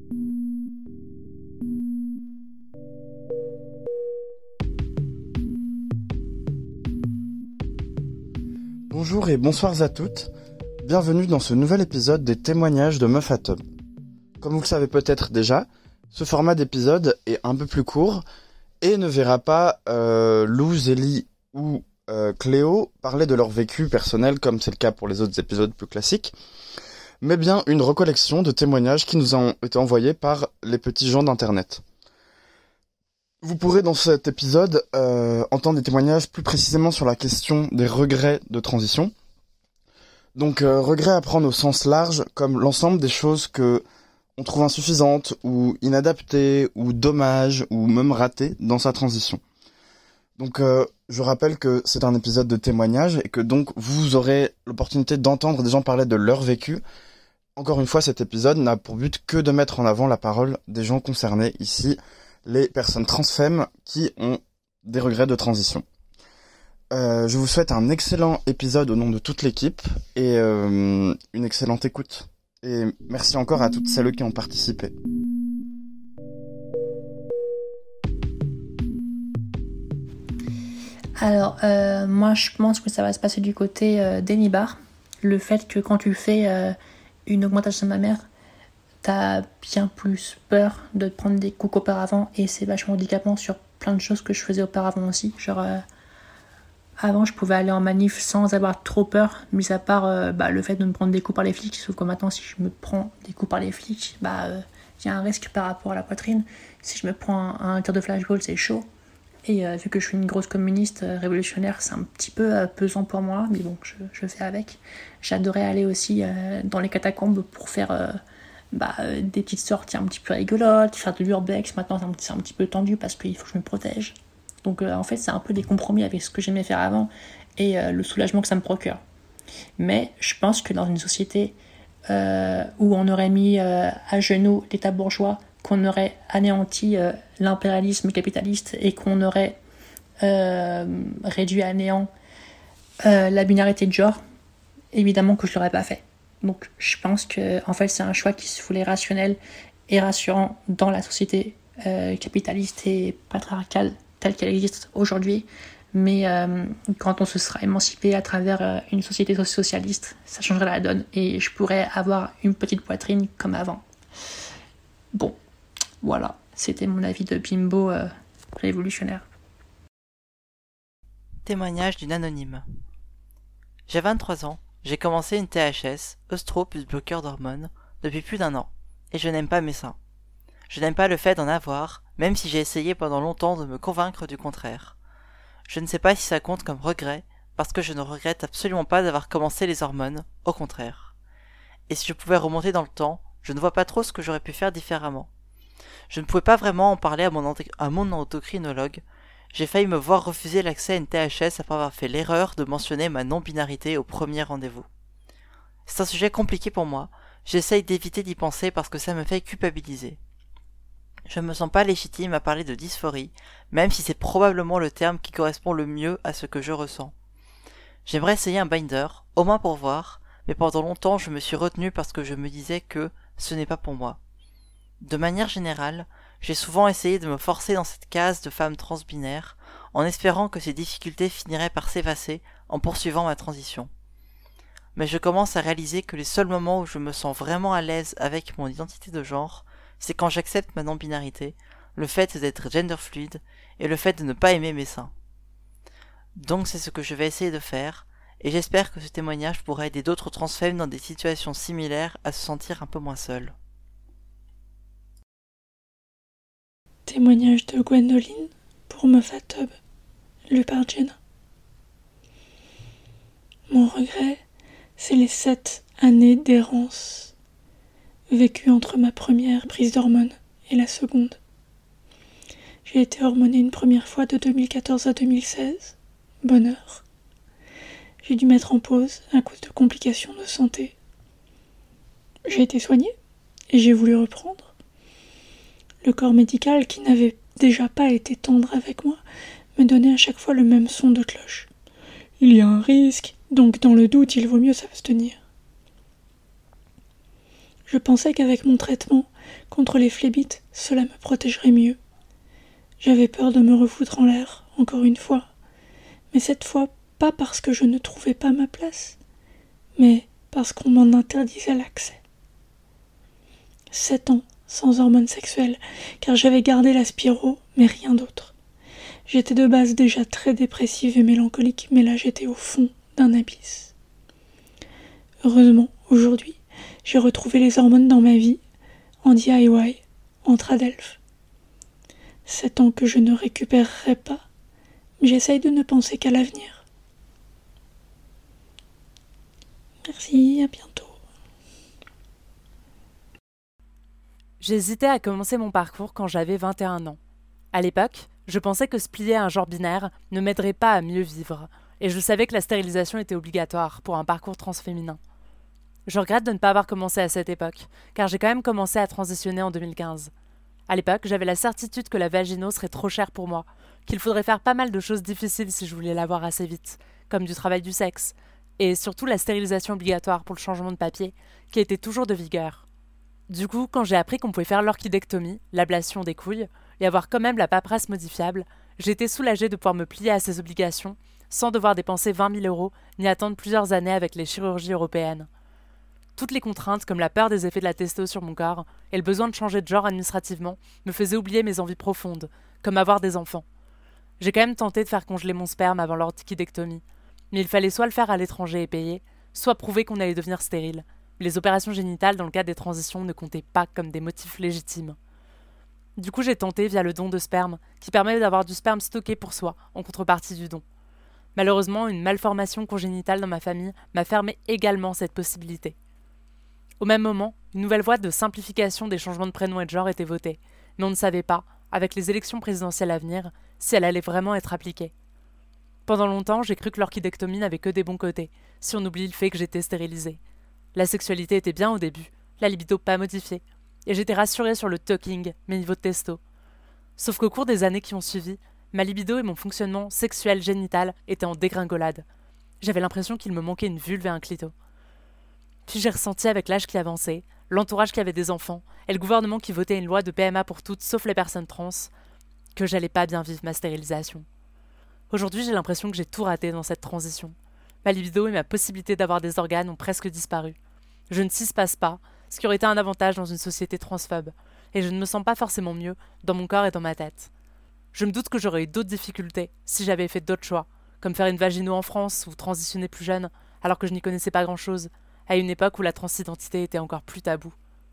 Bonjour et bonsoir à toutes, bienvenue dans ce nouvel épisode des témoignages de Meuf à Tub. Comme vous le savez peut-être déjà, ce format d'épisode est un peu plus court et ne verra pas Lou, Zélie ou Cléo parler de leur vécu personnel comme c'est le cas pour les autres épisodes plus classiques, mais bien une recollection de témoignages qui nous ont été envoyés par les petits gens d'internet. Vous pourrez dans cet épisode entendre des témoignages plus précisément sur la question des regrets de transition. Donc regrets à prendre au sens large comme l'ensemble des choses que on trouve insuffisantes ou inadaptées ou dommages ou même ratées dans sa transition. Donc je rappelle que c'est un épisode de témoignage et que donc vous aurez l'opportunité d'entendre des gens parler de leur vécu. Encore une fois, cet épisode n'a pour but que de mettre en avant la parole des gens concernés ici, les personnes transfemmes qui ont des regrets de transition. Je vous souhaite un excellent épisode au nom de toute l'équipe et une excellente écoute. Et merci encore à toutes celles qui ont participé. Alors, moi je pense que ça va se passer du côté d'Enibar. Le fait que quand tu fais une augmentation mammaire, t'as bien plus peur de te prendre des coups qu'auparavant et c'est vachement handicapant sur plein de choses que je faisais auparavant aussi. Genre, avant je pouvais aller en manif sans avoir trop peur, mis à part le fait de me prendre des coups par les flics. Sauf que maintenant, si je me prends des coups par les flics, y a un risque par rapport à la poitrine. Si je me prends un tir de flashball, c'est chaud. Et vu que je suis une grosse communiste révolutionnaire, c'est un petit peu pesant pour moi, mais bon, je fais avec. J'adorais aller aussi dans les catacombes pour faire des petites sorties un petit peu rigolotes, faire de l'urbex. Maintenant, c'est un petit peu tendu parce qu'il faut que je me protège. Donc en fait, c'est un peu des compromis avec ce que j'aimais faire avant et le soulagement que ça me procure. Mais je pense que dans une société où on aurait mis à genoux l'État bourgeois, qu'on aurait anéanti l'impérialisme capitaliste et qu'on aurait réduit à néant la binarité de genre, évidemment que je ne l'aurais pas fait. Donc je pense que en fait, c'est un choix qui se voulait rationnel et rassurant dans la société capitaliste et patriarcale telle qu'elle existe aujourd'hui. Mais quand on se sera émancipé à travers une société socialiste, ça changerait la donne et je pourrais avoir une petite poitrine comme avant. Bon, voilà, c'était mon avis de bimbo révolutionnaire. Témoignage d'une anonyme. J'ai 23 ans, j'ai commencé une THS, œstro plus bloqueur d'hormones, depuis plus d'1 an, et je n'aime pas mes seins. Je n'aime pas le fait d'en avoir, même si j'ai essayé pendant longtemps de me convaincre du contraire. Je ne sais pas si ça compte comme regret, parce que je ne regrette absolument pas d'avoir commencé les hormones, au contraire. Et si je pouvais remonter dans le temps, je ne vois pas trop ce que j'aurais pu faire différemment. Je ne pouvais pas vraiment en parler à mon endocrinologue. J'ai failli me voir refuser l'accès à une THS après avoir fait l'erreur de mentionner ma non-binarité au premier rendez-vous. C'est un sujet compliqué pour moi, j'essaye d'éviter d'y penser parce que ça me fait culpabiliser. Je me sens pas légitime à parler de dysphorie, même si c'est probablement le terme qui correspond le mieux à ce que je ressens. J'aimerais essayer un binder, au moins pour voir, mais pendant longtemps je me suis retenu parce que je me disais que ce n'est pas pour moi. De manière générale, j'ai souvent essayé de me forcer dans cette case de femme transbinaire, en espérant que ces difficultés finiraient par s'effacer en poursuivant ma transition. Mais je commence à réaliser que les seuls moments où je me sens vraiment à l'aise avec mon identité de genre, c'est quand j'accepte ma non-binarité, le fait d'être gender fluide et le fait de ne pas aimer mes seins. Donc c'est ce que je vais essayer de faire, et j'espère que ce témoignage pourra aider d'autres transfemmes dans des situations similaires à se sentir un peu moins seules. Témoignage de Gwendoline pour Meuf à Tub, lu par Jenna. Mon regret, c'est les 7 années d'errance vécues entre ma première prise d'hormones et la seconde. J'ai été hormonée une première fois de 2014 à 2016. Bonheur. J'ai dû mettre en pause à cause de complications de santé. J'ai été soignée et j'ai voulu reprendre. Le corps médical, qui n'avait déjà pas été tendre avec moi, me donnait à chaque fois le même son de cloche. Il y a un risque, donc dans le doute, il vaut mieux s'abstenir. Je pensais qu'avec mon traitement contre les phlébites, cela me protégerait mieux. J'avais peur de me refoutre en l'air, encore une fois, mais cette fois pas parce que je ne trouvais pas ma place, mais parce qu'on m'en interdisait l'accès. 7 ans sans hormones sexuelles, car j'avais gardé la spiro, mais rien d'autre. J'étais de base déjà très dépressive et mélancolique, mais là j'étais au fond d'un abysse. Heureusement, aujourd'hui, j'ai retrouvé les hormones dans ma vie, en DIY, en Tradelf. 7 ans que je ne récupérerai pas, mais j'essaye de ne penser qu'à l'avenir. Merci, à bientôt. J'hésitais à commencer mon parcours quand j'avais 21 ans. À l'époque, je pensais que se plier à un genre binaire ne m'aiderait pas à mieux vivre, et je savais que la stérilisation était obligatoire pour un parcours transféminin. Je regrette de ne pas avoir commencé à cette époque, car j'ai quand même commencé à transitionner en 2015. À l'époque, j'avais la certitude que la vagino serait trop chère pour moi, qu'il faudrait faire pas mal de choses difficiles si je voulais l'avoir assez vite, comme du travail du sexe, et surtout la stérilisation obligatoire pour le changement de papier, qui était toujours de vigueur. Du coup, quand j'ai appris qu'on pouvait faire l'orchidectomie, l'ablation des couilles, et avoir quand même la paperasse modifiable, j'ai été soulagée de pouvoir me plier à ces obligations, sans devoir dépenser 20 000 € ni attendre plusieurs années avec les chirurgies européennes. Toutes les contraintes, comme la peur des effets de la testo sur mon corps et le besoin de changer de genre administrativement, me faisaient oublier mes envies profondes, comme avoir des enfants. J'ai quand même tenté de faire congeler mon sperme avant l'orchidectomie, mais il fallait soit le faire à l'étranger et payer, soit prouver qu'on allait devenir stérile. Les opérations génitales dans le cas des transitions ne comptaient pas comme des motifs légitimes. Du coup, j'ai tenté via le don de sperme, qui permet d'avoir du sperme stocké pour soi, en contrepartie du don. Malheureusement, une malformation congénitale dans ma famille m'a fermé également cette possibilité. Au même moment, une nouvelle voie de simplification des changements de prénom et de genre était votée, mais on ne savait pas, avec les élections présidentielles à venir, si elle allait vraiment être appliquée. Pendant longtemps, j'ai cru que l'orchidectomie n'avait que des bons côtés, si on oublie le fait que j'étais stérilisée. La sexualité était bien au début, la libido pas modifiée, et j'étais rassurée sur le talking, mes niveaux de testo. Sauf qu'au cours des années qui ont suivi, ma libido et mon fonctionnement sexuel génital étaient en dégringolade. J'avais l'impression qu'il me manquait une vulve et un clito. Puis j'ai ressenti avec l'âge qui avançait, l'entourage qui avait des enfants, et le gouvernement qui votait une loi de PMA pour toutes sauf les personnes trans, que j'allais pas bien vivre ma stérilisation. Aujourd'hui, j'ai l'impression que j'ai tout raté dans cette transition. Ma libido et ma possibilité d'avoir des organes ont presque disparu. Je ne cispasse pas, ce qui aurait été un avantage dans une société transphobe, et je ne me sens pas forcément mieux dans mon corps et dans ma tête. Je me doute que j'aurais eu d'autres difficultés si j'avais fait d'autres choix, comme faire une vagino en France ou transitionner plus jeune, alors que je n'y connaissais pas grand-chose, à une époque où la transidentité était encore plus taboue.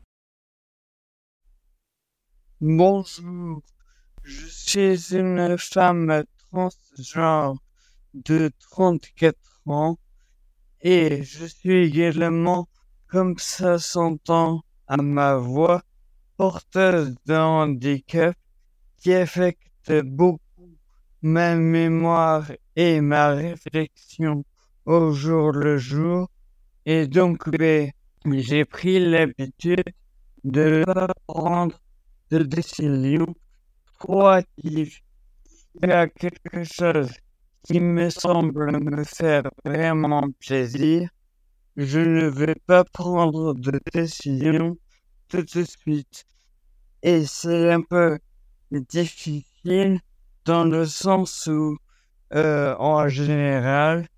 Bonjour, je suis une femme transgenre de 34 ans et je suis également, comme ça s'entend à ma voix, porteuse d'un handicap qui affecte beaucoup ma mémoire et ma réflexion au jour le jour. Et donc, j'ai pris l'habitude de ne pas prendre de décision proactive. Il y a quelque chose qui me semble me faire vraiment plaisir. Je ne vais pas prendre de décision tout de suite. Et c'est un peu difficile dans le sens où, en général,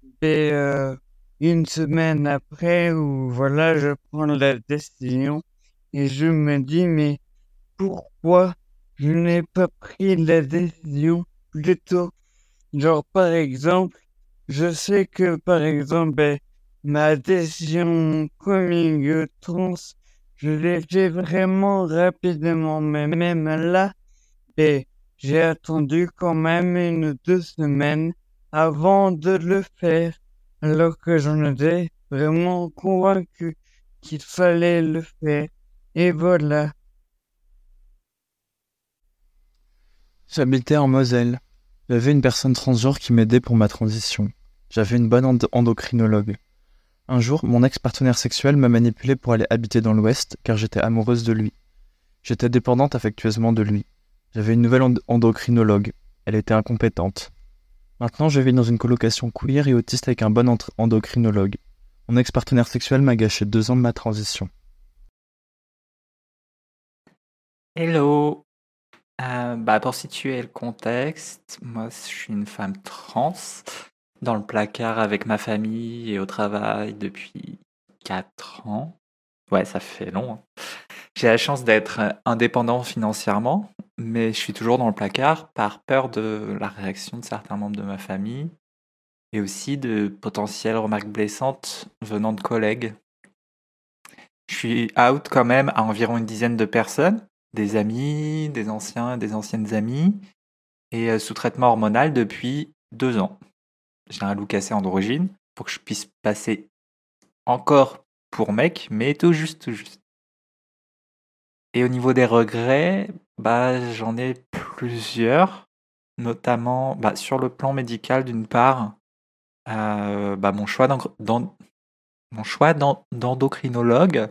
une semaine après, où voilà, je prends la décision et je me dis, mais pourquoi je n'ai pas pris la décision plus tôt? Genre, par exemple, je sais que, par exemple, ma décision coming trans, je l'ai fait vraiment rapidement, mais même là, j'ai attendu quand même 2 semaines avant de le faire, alors que j'en étais vraiment convaincu qu'il fallait le faire. Et voilà. J'habitais en Moselle. J'avais une personne transgenre qui m'aidait pour ma transition. J'avais une bonne endocrinologue. Un jour, mon ex-partenaire sexuel m'a manipulé pour aller habiter dans l'Ouest car j'étais amoureuse de lui. J'étais dépendante affectueusement de lui. J'avais une nouvelle endocrinologue. Elle était incompétente. Maintenant, je vis dans une colocation queer et autiste avec un bon endocrinologue. Mon ex-partenaire sexuel m'a gâché 2 ans de ma transition. Hello. Pour situer le contexte, moi je suis une femme trans dans le placard avec ma famille et au travail depuis 4 ans. Ouais, ça fait long, hein. J'ai la chance d'être indépendant financièrement, mais je suis toujours dans le placard par peur de la réaction de certains membres de ma famille et aussi de potentielles remarques blessantes venant de collègues. Je suis out quand même à environ une dizaine de personnes, des amis, des anciens et des anciennes amies, et sous traitement hormonal depuis 2 ans. J'ai un look assez androgyne pour que je puisse passer encore pour mec, mais tout juste, tout juste. Et au niveau des regrets, j'en ai plusieurs, notamment sur le plan médical d'une part, mon choix d'endocrinologue,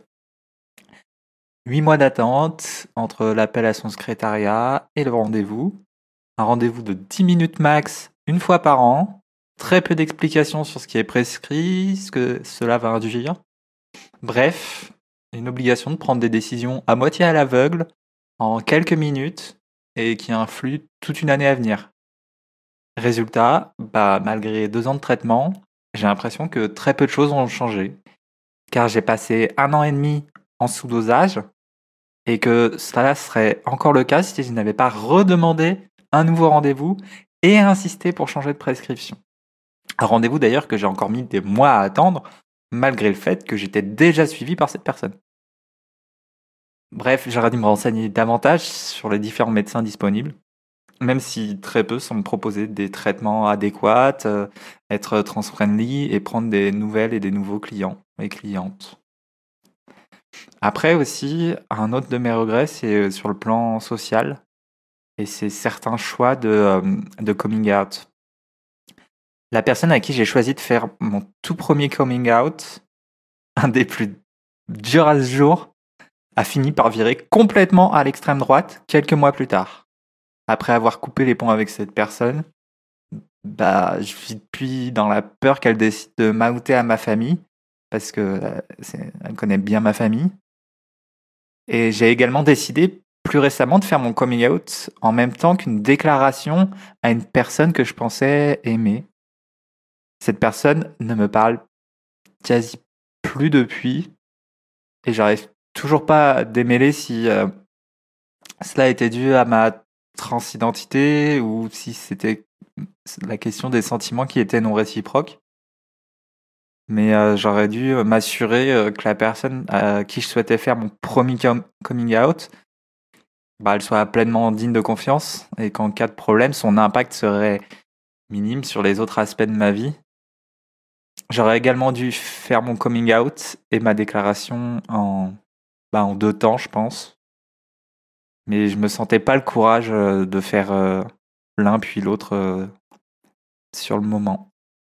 8 mois d'attente entre l'appel à son secrétariat et le rendez-vous. Un rendez-vous de 10 minutes max, une fois par an. Très peu d'explications sur ce qui est prescrit, ce que cela va induire. Bref, une obligation de prendre des décisions à moitié à l'aveugle, en quelques minutes, et qui influent toute une année à venir. Résultat, malgré 2 ans de traitement, j'ai l'impression que très peu de choses ont changé. Car j'ai passé 1 an et demi en sous-dosage, et que cela serait encore le cas si je n'avais pas redemandé un nouveau rendez-vous et insisté pour changer de prescription. Un rendez-vous d'ailleurs que j'ai encore mis des mois à attendre, malgré le fait que j'étais déjà suivi par cette personne. Bref, j'aurais dû me renseigner davantage sur les différents médecins disponibles, même si très peu semblent proposer des traitements adéquats, être trans-friendly et prendre des nouvelles et des nouveaux clients et clientes. Après aussi, un autre de mes regrets, c'est sur le plan social, et c'est certains choix de coming out. La personne à qui j'ai choisi de faire mon tout premier coming out, un des plus durs à ce jour, a fini par virer complètement à l'extrême droite quelques mois plus tard. Après avoir coupé les ponts avec cette personne, je vis depuis dans la peur qu'elle décide de m'outer à ma famille, parce que elle connaît bien ma famille. Et j'ai également décidé plus récemment de faire mon coming out en même temps qu'une déclaration à une personne que je pensais aimer. Cette personne ne me parle quasi plus depuis, et j'arrive toujours pas à démêler si cela était dû à ma transidentité ou si c'était la question des sentiments qui étaient non réciproques. Mais j'aurais dû m'assurer que la personne à qui je souhaitais faire mon premier coming out, elle soit pleinement digne de confiance et qu'en cas de problème, son impact serait minime sur les autres aspects de ma vie. J'aurais également dû faire mon coming out et ma déclaration en 2 temps, je pense. Mais je me sentais pas le courage de faire l'un puis l'autre sur le moment.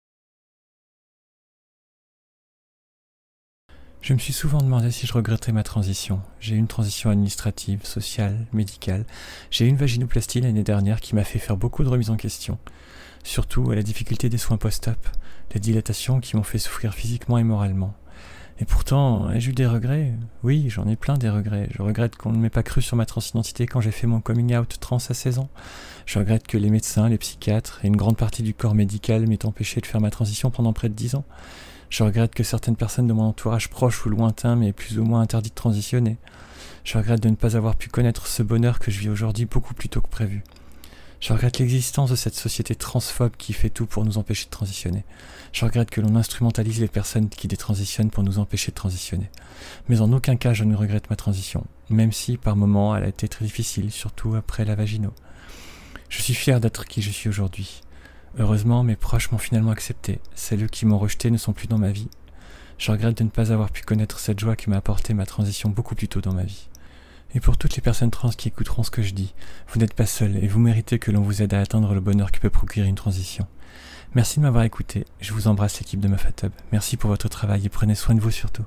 Je me suis souvent demandé si je regrettais ma transition. J'ai eu une transition administrative, sociale, médicale. J'ai eu une vaginoplastie l'année dernière qui m'a fait faire beaucoup de remises en question. Surtout à la difficulté des soins post-op, les dilatations qui m'ont fait souffrir physiquement et moralement. Et pourtant, ai-je eu des regrets ? Oui, j'en ai plein des regrets. Je regrette qu'on ne m'ait pas cru sur ma transidentité quand j'ai fait mon coming out trans à 16 ans. Je regrette que les médecins, les psychiatres et une grande partie du corps médical m'aient empêché de faire ma transition pendant près de 10 ans. Je regrette que certaines personnes de mon entourage proche ou lointain m'aient plus ou moins interdit de transitionner. Je regrette de ne pas avoir pu connaître ce bonheur que je vis aujourd'hui beaucoup plus tôt que prévu. Je regrette l'existence de cette société transphobe qui fait tout pour nous empêcher de transitionner. Je regrette que l'on instrumentalise les personnes qui détransitionnent pour nous empêcher de transitionner. Mais en aucun cas je ne regrette ma transition, même si par moments elle a été très difficile, surtout après la vagino. Je suis fier d'être qui je suis aujourd'hui. Heureusement, mes proches m'ont finalement accepté. Celles qui m'ont rejeté ne sont plus dans ma vie. Je regrette de ne pas avoir pu connaître cette joie que m'a apporté ma transition beaucoup plus tôt dans ma vie. Et pour toutes les personnes trans qui écouteront ce que je dis, vous n'êtes pas seuls et vous méritez que l'on vous aide à atteindre le bonheur que peut procurer une transition. Merci de m'avoir écouté. Je vous embrasse, l'équipe de Muffatub. Merci pour votre travail et prenez soin de vous surtout.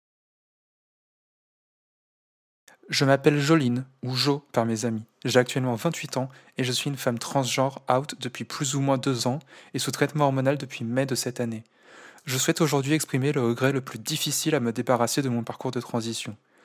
Je m'appelle Joline, ou Jo par mes amis. J'ai actuellement 28 ans et je suis une femme transgenre out depuis plus ou moins 2 ans et sous traitement hormonal depuis mai de cette année. Je souhaite aujourd'hui exprimer le regret le plus difficile à me débarrasser de mon parcours de transition.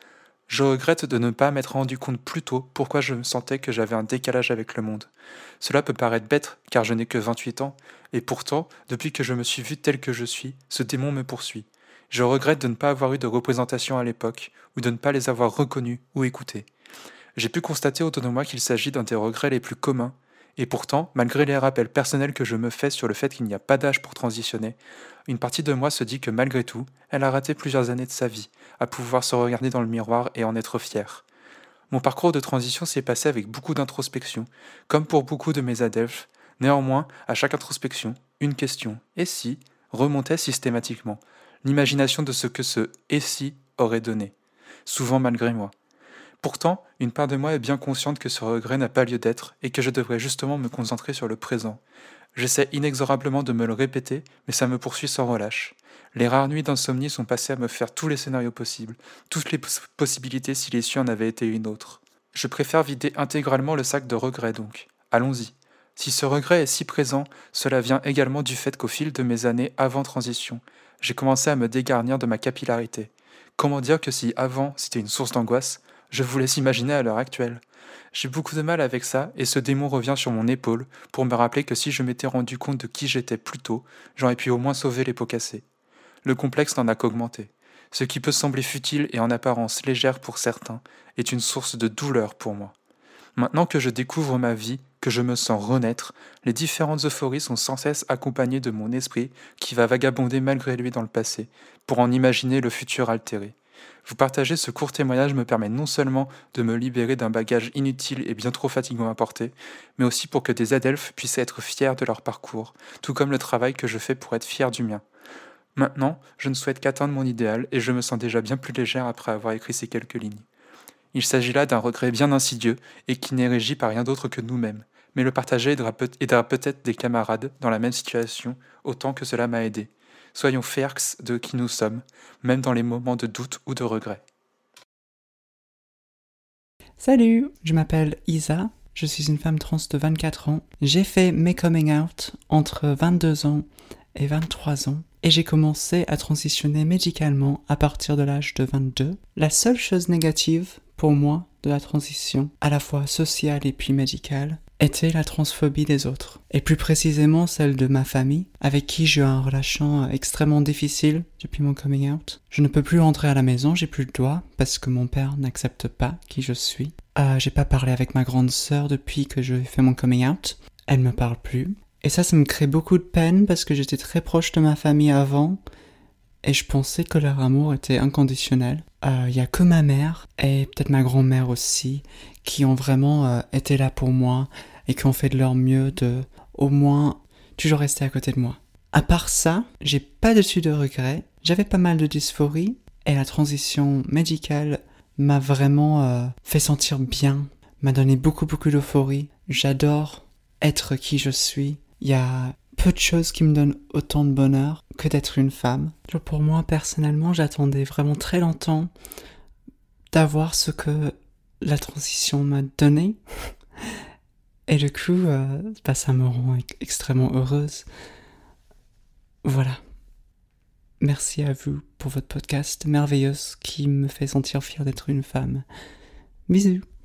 Je regrette de ne pas m'être rendu compte plus tôt pourquoi je me sentais que j'avais un décalage avec le monde. Cela peut paraître bête, car je n'ai que 28 ans, et pourtant, depuis que je me suis vu tel que je suis, ce démon me poursuit. Je regrette de ne pas avoir eu de représentation à l'époque, ou de ne pas les avoir reconnus ou écoutés. J'ai pu constater autour de moi qu'il s'agit d'un des regrets les plus communs, et pourtant, malgré les rappels personnels que je me fais sur le fait qu'il n'y a pas d'âge pour transitionner, une partie de moi se dit que malgré tout, elle a raté plusieurs années de sa vie, à pouvoir se regarder dans le miroir et en être fière. Mon parcours de transition s'est passé avec beaucoup d'introspection, comme pour beaucoup de mes adelphes. Néanmoins, à chaque introspection, une question « et si ?» remontait systématiquement, l'imagination de ce que ce « et si » aurait donné, souvent malgré moi. Pourtant, une part de moi est bien consciente que ce regret n'a pas lieu d'être et que je devrais justement me concentrer sur le présent. J'essaie inexorablement de me le répéter, mais ça me poursuit sans relâche. Les rares nuits d'insomnie sont passées à me faire tous les scénarios possibles, toutes les possibilités si l'issue en avait été une autre. Je préfère vider intégralement le sac de regrets donc. Allons-y. Si ce regret est si présent, cela vient également du fait qu'au fil de mes années avant transition, j'ai commencé à me dégarnir de ma capillarité. Comment dire que si avant c'était une source d'angoisse, je vous laisse imaginer à l'heure actuelle. J'ai beaucoup de mal avec ça, et ce démon revient sur mon épaule pour me rappeler que si je m'étais rendu compte de qui j'étais plus tôt, j'aurais pu au moins sauver les pots cassés. Le complexe n'en a qu'augmenté. Ce qui peut sembler futile et en apparence légère pour certains est une source de douleur pour moi. Maintenant que je découvre ma vie, que je me sens renaître, les différentes euphories sont sans cesse accompagnées de mon esprit qui va vagabonder malgré lui dans le passé, pour en imaginer le futur altéré. Vous partager ce court témoignage me permet non seulement de me libérer d'un bagage inutile et bien trop fatigant à porter, mais aussi pour que des adelphes puissent être fiers de leur parcours, tout comme le travail que je fais pour être fier du mien. Maintenant, je ne souhaite qu'atteindre mon idéal et je me sens déjà bien plus légère après avoir écrit ces quelques lignes. Il s'agit là d'un regret bien insidieux et qui n'est régi par rien d'autre que nous-mêmes, mais le partager aidera peut-être des camarades dans la même situation autant que cela m'a aidé. Soyons fiers de qui nous sommes, même dans les moments de doute ou de regret. Salut, je m'appelle Isa, je suis une femme trans de 24 ans. J'ai fait mes coming out entre 22 ans et 23 ans et j'ai commencé à transitionner médicalement à partir de l'âge de 22. La seule chose négative pour moi de la transition, à la fois sociale et puis médicale, était la transphobie des autres, et plus précisément celle de ma famille, avec qui j'ai eu une relation extrêmement difficile depuis mon coming out. Je ne peux plus rentrer à la maison, j'ai plus le droit, parce que mon père n'accepte pas qui je suis. J'ai pas parlé avec ma grande sœur depuis que j'ai fait mon coming out, elle me parle plus. Et ça me crée beaucoup de peine, parce que j'étais très proche de ma famille avant, et je pensais que leur amour était inconditionnel. Y a que ma mère, et peut-être ma grand-mère aussi, qui ont vraiment été là pour moi, et qui ont fait de leur mieux de, au moins, toujours rester à côté de moi. À part ça, j'ai pas de regrets. J'avais pas mal de dysphorie, et la transition médicale m'a vraiment fait sentir bien, m'a donné beaucoup d'euphorie. J'adore être qui je suis. Il y a peu de choses qui me donnent autant de bonheur que d'être une femme. Pour moi, personnellement, j'attendais vraiment très longtemps d'avoir ce que la transition m'a donné. Et du coup, ça me rend extrêmement heureuse. Voilà. Merci à vous pour votre podcast merveilleux qui me fait sentir fière d'être une femme. Bisous.